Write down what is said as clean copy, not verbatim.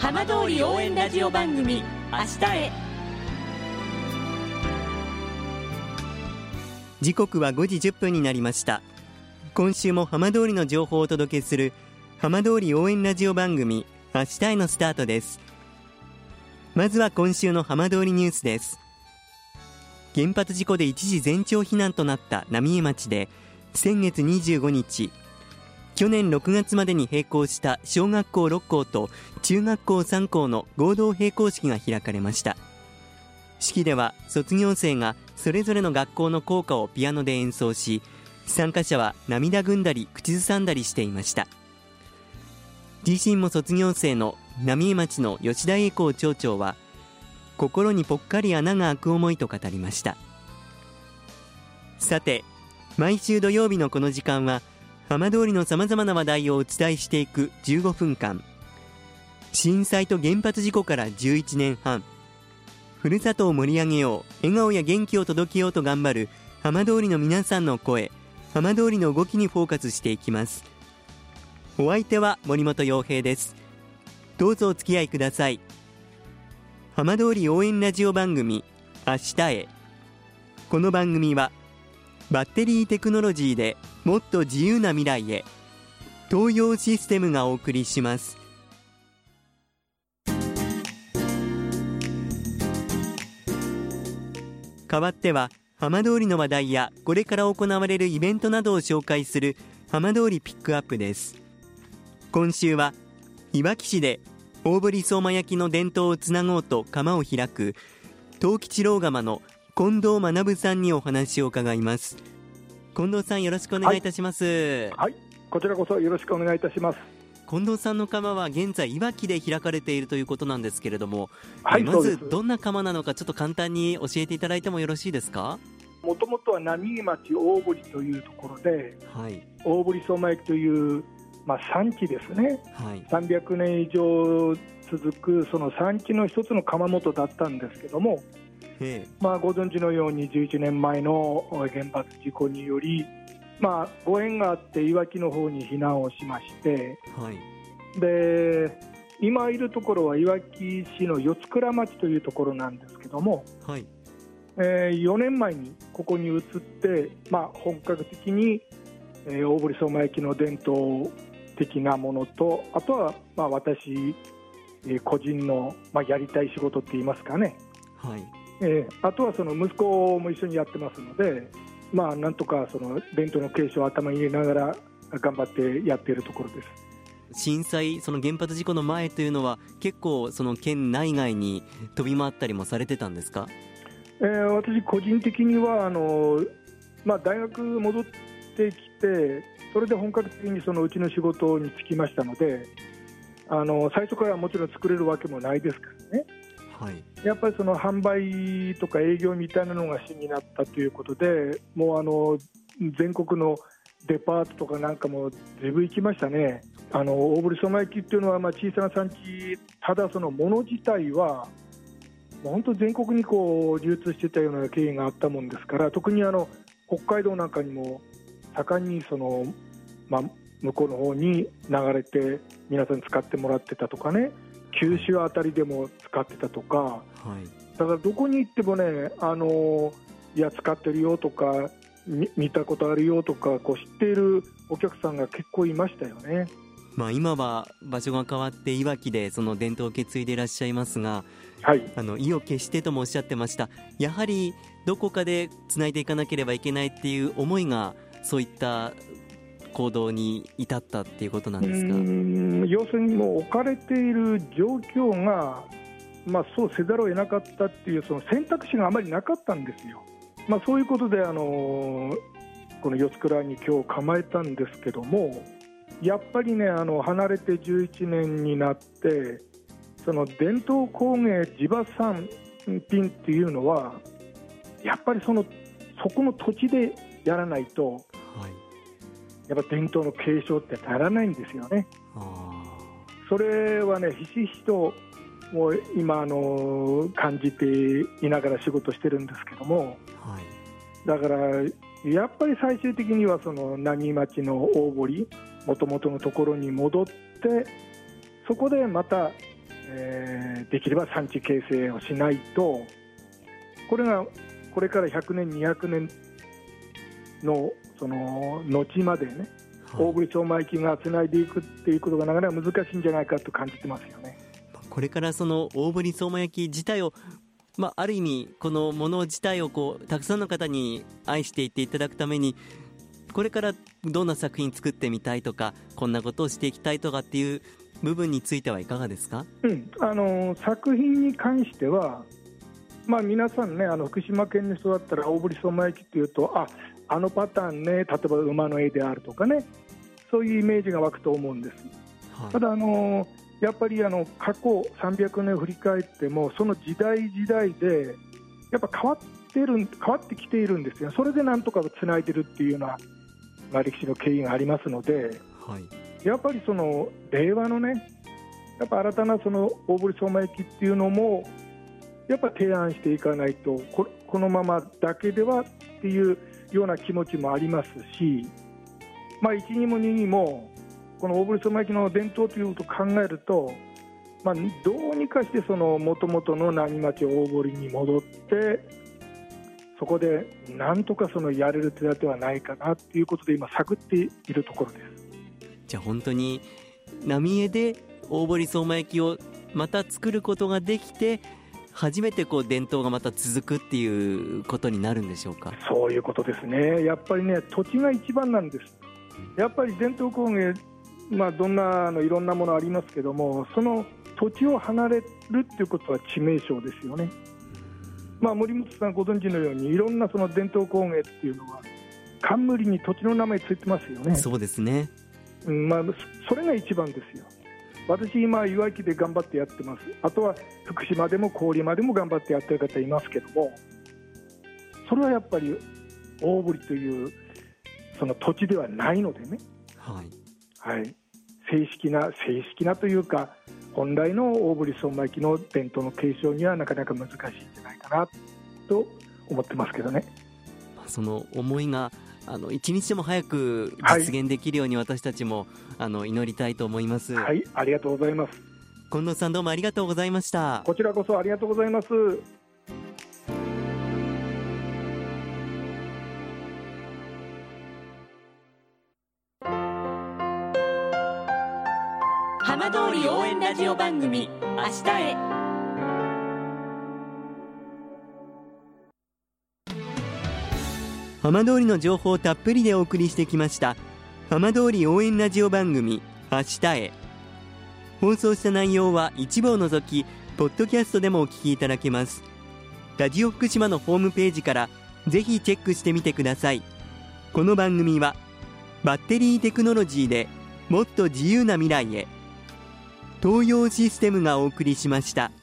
浜通り応援ラジオ番組明日へ。 時刻は5時10分になりました。今週も浜通りの情報をお届けする浜通り応援ラジオ番組明日へのスタートです。まずは今週の浜通りニュースです。原発事故で一時全町避難となった浪江町で先月25日、去年6月までに閉校した小学校6校と中学校3校の合同閉校式が開かれました。式では卒業生がそれぞれの学校の校歌をピアノで演奏し、参加者は涙ぐんだり口ずさんだりしていました。自身も卒業生の浪江町の吉田栄光町長は、心にぽっかり穴が開く思いと語りました。さて、毎週土曜日のこの時間は浜通りのさまざまな話題をお伝えしていく15分間。震災と原発事故から11年半、ふるさとを盛り上げよう、笑顔や元気を届けようと頑張る浜通りの皆さんの声、浜通りの動きにフォーカスしていきます。お相手は森本洋平です。どうぞお付き合いください。浜通り応援ラジオ番組明日へ。この番組はバッテリーテクノロジーでもっと自由な未来へ、東洋システムがお送りします。代わっては浜通りの話題やこれから行われるイベントなどを紹介する浜通りピックアップです。今週はいわき市で大ぶり相馬焼きの伝統をつなごうと窯を開く東吉郎窯の近藤学さんにお話を伺います。近藤さん、よろしくお願いいたします。 はい、こちらこそよろしくお願いいたします。 近藤さんの窯は現在いわきで開かれているということなんですけれども、 はい、 まずどんな窯なのかちょっと簡単に教えていただいてもよろしいですか？ もともとは浪江町大堀というところで、はい、大堀相馬焼きという、産地ですね、はい、300年以上続くその産地の一つの窯元だったんですけども、ご存知のように11年前の原発事故により、ご縁があっていわきの方に避難をしまして、はい、で今いるところはいわき市の四倉町というところなんですけども、はい、4年前にここに移って、本格的に、大堀相馬焼きの伝統的なものと、あとは私個人の、やりたい仕事って言いますかね、はい、あとはその息子も一緒にやってますので、なんとかその伝統の継承を頭に入れながら頑張ってやっているところです。 震災、その原発事故の前というのは結構その県内外に飛び回ったりもされてたんですか？ 私個人的には大学戻ってきて、それで本格的にそのうちの仕事に就きましたので、最初からもちろん作れるわけもないですからね、はい、やっぱりその販売とか営業みたいなのが主になったということで、もう全国のデパートとかなんかも随分行きましたね。大堀相馬焼きっていうのは小さな産地、ただそのもの自体は本当全国にこう流通してたような経緯があったもんですから、特に北海道なんかにも盛んにその、向こうの方に流れて皆さん使ってもらってたとかね、九州あたりでも使ってたとか、はい、だからどこに行ってもね、いや使ってるよとか見たことあるよとかこう知っているお客さんが結構いましたよね。 今は場所が変わっていわきでその伝統を受け継いでいらっしゃいますが、 はい、 意を決してともおっしゃってました。やはりどこかでつないでいかなければいけないっていう思いがそういった行動に至ったっていうことなんですか？ 要するにもう置かれている状況が、そうせざるを得なかったっていうその選択肢があまりなかったんですよ。そういうことでこの四倉に今日構えたんですけども、やっぱりね離れて11年になってその伝統工芸地場産品っていうのはやっぱりそこの土地でやらないと、はい、やっぱ伝統の継承ってならないんですよね。それはねひしひしともう今感じていながら仕事してるんですけども、はい、だからやっぱり最終的にはその浪町の大堀元々のところに戻って、そこでまたできれば産地形成をしないと、これがこれから100年200年のその後までね、大振相馬焼がつないでいくっていうことがなかなか難しいんじゃないかと感じてますよね。 これからその大振相馬焼自体を、ある意味このもの自体をたくさんの方に愛していっていただくために、これからどんな作品作ってみたいとか、こんなことをしていきたいとかっていう部分についてはいかがですか？ 作品に関しては、皆さんね、福島県に育ったら大振相馬焼っていうと、あのパターンね、例えば馬の絵であるとかね、そういうイメージが湧くと思うんです。ただやっぱり過去300年を振り返っても、その時代時代でやっぱ変わってきているんですよ。それでなんとかつないでるっていうような、歴史の経緯がありますので、やっぱりその令和のね、やっぱ新たなその大振相馬焼っていうのもやっぱ提案していかないと、このままだけではっていうような気持ちもありますし、1にも2にもこの大振相馬焼の伝統ということを考えると、どうにかしてその元々の浪町大振に戻って、そこでなんとかそのやれる手立てはないかなっていうことで今探っているところです。 じゃあ本当に浪江で大振相馬焼をまた作ることができて、初めて伝統がまた続くっていうことになるんでしょうか？ そういうことですね。やっぱりね、土地が一番なんです。やっぱり伝統工芸、どんないろんなものありますけども、その土地を離れるっていうことは致命傷ですよね。森本さんご存知のように、いろんなその伝統工芸っていうのは冠に土地の名前ついてますよね。 そうですね。 それが一番ですよ。私今いわきで頑張ってやってます。あとは福島でも郡山でも頑張ってやってる方いますけども、それはやっぱり大振というその土地ではないのでね、正式なというか、本来の大振相馬焼の伝統の継承にはなかなか難しいんじゃないかなと思ってますけどね。 その思いが一日でも早く実現できるように私たちも祈りたいと思います。 ありがとうございます。 近藤さん、どうもありがとうございました。 こちらこそありがとうございます。 浜通り応援ラジオ番組、明日へ。 浜通りの情報をたっぷりでお送りしてきました浜通り応援ラジオ番組、明日へ。放送した内容は一部を除きポッドキャストでもお聞きいただけます。ラジオ福島のホームページからぜひチェックしてみてください。この番組はバッテリーテクノロジーでもっと自由な未来へ、東洋システムがお送りしました。